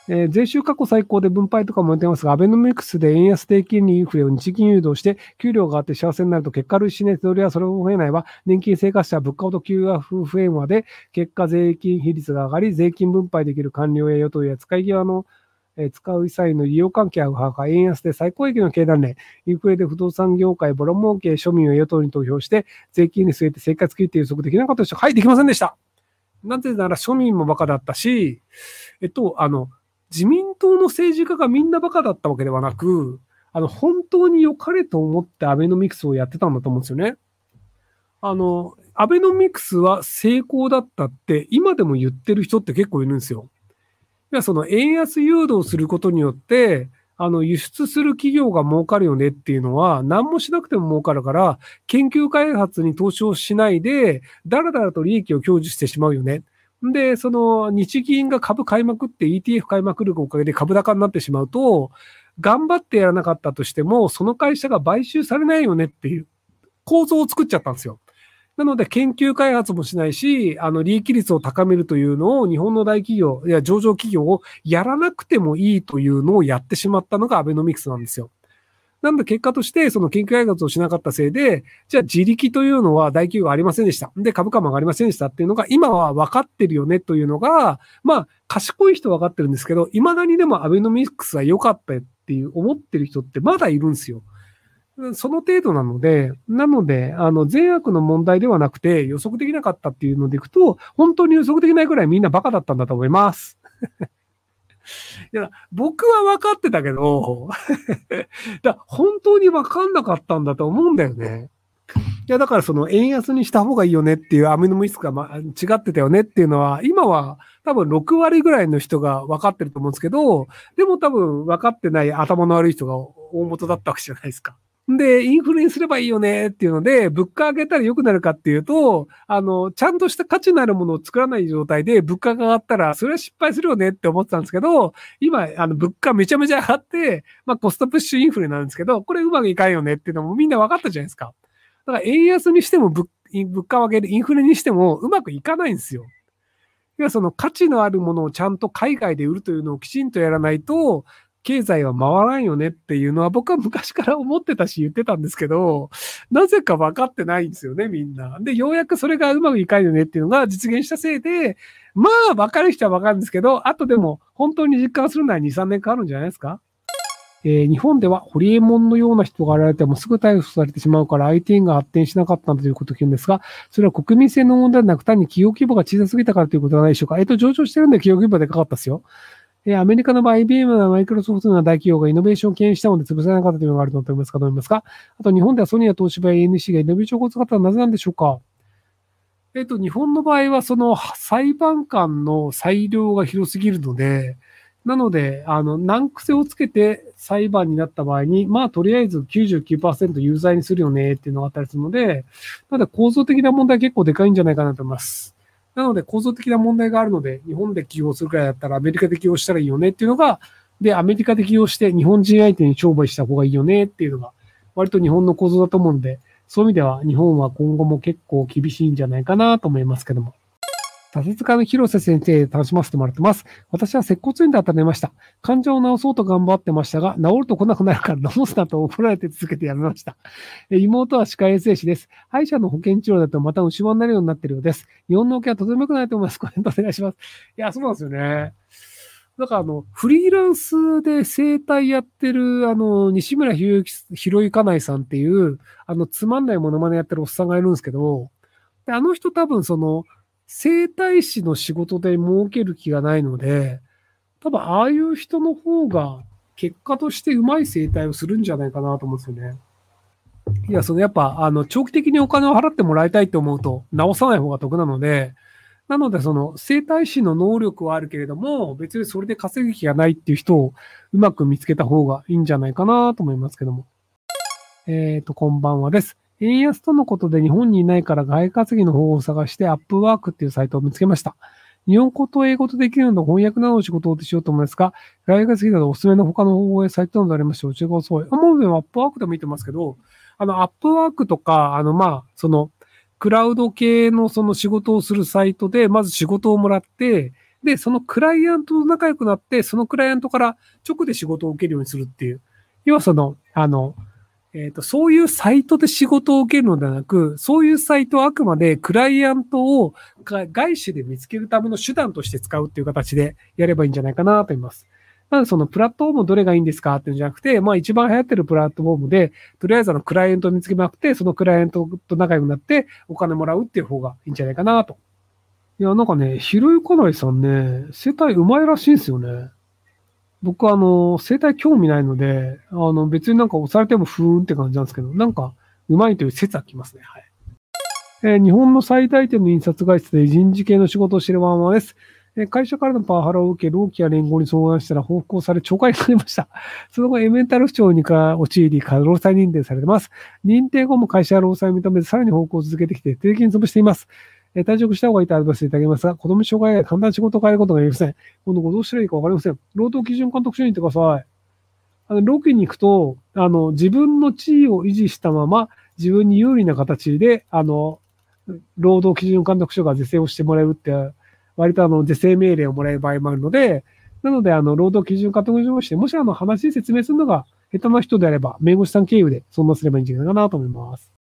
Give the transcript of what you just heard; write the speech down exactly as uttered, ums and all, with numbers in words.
えー税収過去最高で分配とかも出てますが、アベノミクスで円安低金利インフレを日銀誘導して、給料があって幸せになると結果類しね、それはそれを増えないは、年金生活者は物価ほど給与が増えんわで、結果税金比率が上がり、税金分配できる官僚や与党や使い際のえー使う際の利用関係は不破、円安で最高益の経団連、インフレで不動産業界、ボロ儲け、庶民は与党に投票して、税金に据えて生活基って予測できなかったでしょう。はい、できませんでした。なぜなら庶民もバカだったし、えっと、あの、自民党の政治家がみんなバカだったわけではなく、あの、本当に良かれと思ってアベノミクスをやってたんだと思うんですよね。あの、アベノミクスは成功だったって今でも言ってる人って結構いるんですよ。いや、その円安誘導することによって、あの、輸出する企業が儲かるよねっていうのは、何もしなくても儲かるから、研究開発に投資をしないで、だらだらと利益を享受してしまうよね。で、その日銀が株買いまくって イーティーエフ 買いまくるおかげで株高になってしまうと、頑張ってやらなかったとしても、その会社が買収されないよねっていう構造を作っちゃったんですよ。なので、研究開発もしないし、あの、利益率を高めるというのを日本の大企業、いや、上場企業をやらなくてもいいというのをやってしまったのがアベノミクスなんですよ。なので、結果として、その研究開発をしなかったせいで、じゃあ自力というのは大企業ありませんでした。で、株価も上がりませんでしたっていうのが、今は分かってるよねというのが、まあ、賢い人は分かってるんですけど、未だにでもアベノミクスは良かったっていう思ってる人ってまだいるんですよ。その程度なので、なので、あの、善悪の問題ではなくて予測できなかったっていうのでいくと、本当に予測できないくらいみんなバカだったんだと思います。いや、僕は分かってたけど、だ本当に分かんなかったんだと思うんだよね。いや、だからその円安にした方がいいよねっていうアベノミクスが、ま、違ってたよねっていうのは、今は多分ろくわりぐらいの人が分かってると思うんですけど、でも多分分かってない頭の悪い人が大元だったわけじゃないですか。で、インフレにすればいいよねっていうので、物価上げたら良くなるかっていうと、あの、ちゃんとした価値のあるものを作らない状態で物価が上がったら、それは失敗するよねって思ってたんですけど、今、あの、物価めちゃめちゃ上がって、まあ、コストプッシュインフレなんですけど、これうまくいかんよねっていうのもみんな分かったじゃないですか。だから、円安にしても物物価を上げる、インフレにしてもうまくいかないんですよ。要はその価値のあるものをちゃんと海外で売るというのをきちんとやらないと、経済は回らんよねっていうのは僕は昔から思ってたし言ってたんですけど、なぜか分かってないんですよね、みんな。で、ようやくそれがうまくいかんよねっていうのが実現したせいで、まあ分かる人は分かるんですけど、あとでも本当に実感するのはに、さんねんかかるんじゃないですか。えー日本ではホリエモンのような人が現れてもすぐ逮捕されてしまうから アイティー が発展しなかったんだということを聞くんですが、それは国民性の問題ではなく単に企業規模が小さすぎたからということはないでしょうか。えっ、と、上場してるんで企業規模はでかかったですよ。えーアメリカの場合、アイビーエム やマイクロソフトのような大企業がイノベーションを敬遠したので潰されなかったというのがあると思いますかどう思いますか。あと、日本ではソニーや東芝や エーエヌシー がイノベーションを起こす方はなぜなんでしょうか。えっ、と、日本の場合は、その裁判官の裁量が広すぎるので、なので、あの、難癖をつけて裁判になった場合に、まあ、とりあえずきゅうじゅうきゅうパーセント有罪にするよねっていうのがあったりするので、なので構造的な問題結構でかいんじゃないかなと思います。なので、構造的な問題があるので、日本で起業するくらいだったらアメリカで起業したらいいよねっていうのが、で、アメリカで起業して日本人相手に商売した方がいいよねっていうのが、割と日本の構造だと思うんで、そういう意味では日本は今後も結構厳しいんじゃないかなと思いますけども。挫折家の広瀬先生で楽しませてもらってます。私は接骨院で当たりました。患者を治そうと頑張ってましたが、治ると来なくなるから治すなと怒られて続けてやめました。え妹は歯科衛生士です。歯医者の保険治療だとまた牛歯になるようになっているようです。日本の保険はとても良くないと思います。コメントお願いします。いや、そうなんですよね。だからあの、フリーランスで整体やってる、あの、西村ひろひろゆかないさんっていう、あの、つまんないモノマネやってるおっさんがいるんですけど、であの人多分その、整体師の仕事で儲ける気がないので、多分ああいう人の方が結果としてうまい整体をするんじゃないかなと思うんですよね。いや、そのやっぱ、あの、長期的にお金を払ってもらいたいと思うと、直さない方が得なので、なので、その、整体師の能力はあるけれども、別にそれで稼ぐ気がないっていう人をうまく見つけた方がいいんじゃないかなと思いますけども。えっと、こんばんはです。円安とのことで日本にいないから外稼ぎの方法を探してアップワークっていうサイトを見つけました。日本語と英語とできるので翻訳などの仕事をしようと思いますが、外稼ぎなどおすすめの他の方法やサイトなどありましたら教えてください。あ、もうアップワークでも見てますけど、あの、アップワークとか、あの、まあ、その、クラウド系のその仕事をするサイトで、まず仕事をもらって、 で、そのクライアントと仲良くなって、そのクライアントから直で仕事を受けるようにするっていう。要はその、あの、えっと、そういうサイトで仕事を受けるのではなく、そういうサイトはあくまでクライアントをが外資で見つけるための手段として使うっていう形でやればいいんじゃないかなと思います。なので、そのプラットフォームどれがいいんですかっていうんじゃなくて、まあ一番流行ってるプラットフォームで、とりあえずあのクライアントを見つけなくて、そのクライアントと仲良くなってお金もらうっていう方がいいんじゃないかなと。いや、なんかね、ひろゆかないさんね、生態うまいらしいんですよね。僕はあの、生態興味ないので、あの、別になんか押されてもふーんって感じなんですけど、なんか、うまいという説はきますね。はい。えー日本の最大手の印刷会社で人事系の仕事をしているワンワンです。えー会社からのパワハラを受け、労基や連合に相談したら報復され、懲戒されました。その後、エメンタル不調にか陥り、労災認定されています。認定後も会社は労災を認めず、さらに報復を続けてきて、定期に潰しています。えー退職した方がいいとアドバイスいただきますが、子供に障害や簡単に仕事を変えることができません。今度、どうしたらいいかわかりません。労働基準監督署に行ってください。あの、ロケに行くと、あの、自分の地位を維持したまま、自分に有利な形で、あの、労働基準監督署が是正をしてもらえるって、割とあの、是正命令をもらえる場合もあるので、なので、あの、労働基準監督署をして、もしあの、話説明するのが下手な人であれば、弁護士さん経由で、そんなすればいいんじゃないかなと思います。